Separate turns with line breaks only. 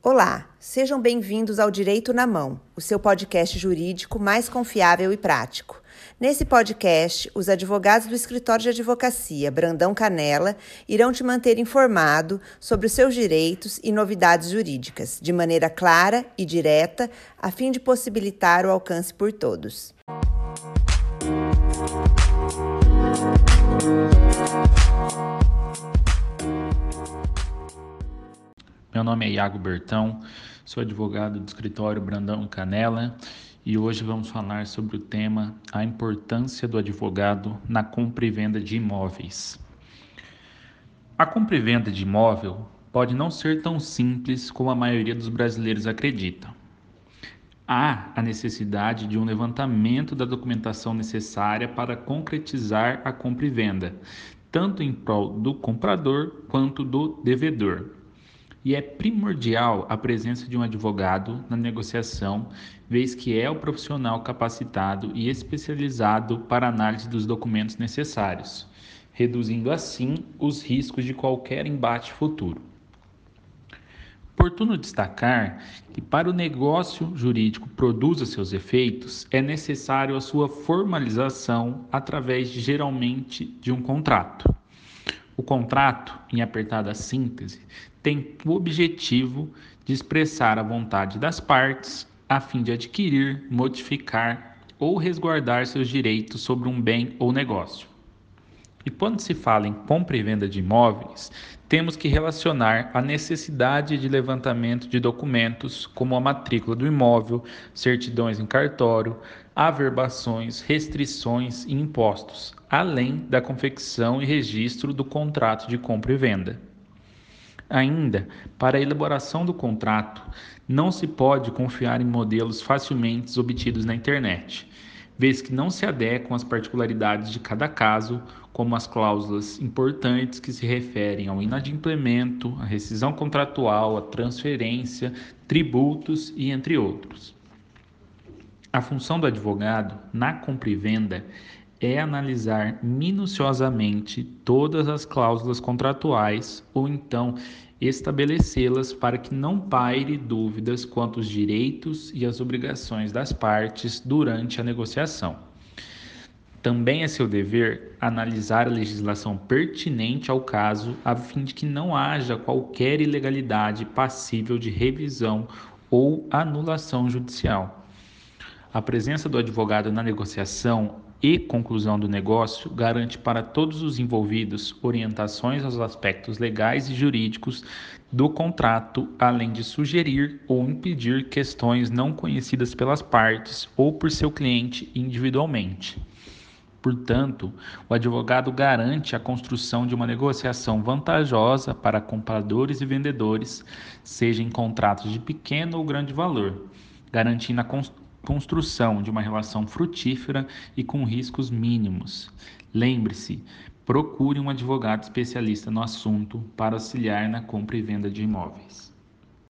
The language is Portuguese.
Olá, sejam bem-vindos ao Direito na Mão, o seu podcast jurídico mais confiável e prático. Nesse podcast, os advogados do Escritório de Advocacia Brandão Canella irão te manter informado sobre os seus direitos e novidades jurídicas, de maneira clara e direta, a fim de possibilitar o alcance por todos.
Meu nome é Iago Bertão, sou advogado do escritório Brandão Canella e hoje vamos falar sobre o tema a importância do advogado na compra e venda de imóveis. A compra e venda de imóvel pode não ser tão simples como a maioria dos brasileiros acredita. Há a necessidade de um levantamento da documentação necessária para concretizar a compra e venda, tanto em prol do comprador quanto do devedor. E é primordial a presença de um advogado na negociação, vez que é o profissional capacitado e especializado para a análise dos documentos necessários, reduzindo assim os riscos de qualquer embate futuro. Oportuno destacar que para o negócio jurídico produza seus efeitos, é necessário a sua formalização através geralmente de um contrato. O contrato, em apertada síntese, tem o objetivo de expressar a vontade das partes a fim de adquirir, modificar ou resguardar seus direitos sobre um bem ou negócio. E quando se fala em compra e venda de imóveis, temos que relacionar a necessidade de levantamento de documentos, como a matrícula do imóvel, certidões em cartório, averbações, restrições e impostos, além da confecção e registro do contrato de compra e venda. Ainda, para a elaboração do contrato, não se pode confiar em modelos facilmente obtidos na internet, vez que não se adequam às particularidades de cada caso, como as cláusulas importantes que se referem ao inadimplemento, à rescisão contratual, à transferência, tributos e entre outros. A função do advogado na compra e venda é analisar minuciosamente todas as cláusulas contratuais ou então estabelecê-las para que não paire dúvidas quanto aos direitos e às obrigações das partes durante a negociação. Também é seu dever analisar a legislação pertinente ao caso, a fim de que não haja qualquer ilegalidade passível de revisão ou anulação judicial. A presença do advogado na negociação e conclusão do negócio garante para todos os envolvidos orientações aos aspectos legais e jurídicos do contrato, além de sugerir ou impedir questões não conhecidas pelas partes ou por seu cliente individualmente. Portanto, o advogado garante a construção de uma negociação vantajosa para compradores e vendedores, seja em contratos de pequeno ou grande valor, garantindo a construção de uma relação frutífera e com riscos mínimos. Lembre-se, procure um advogado especialista no assunto para auxiliar na compra e venda de imóveis.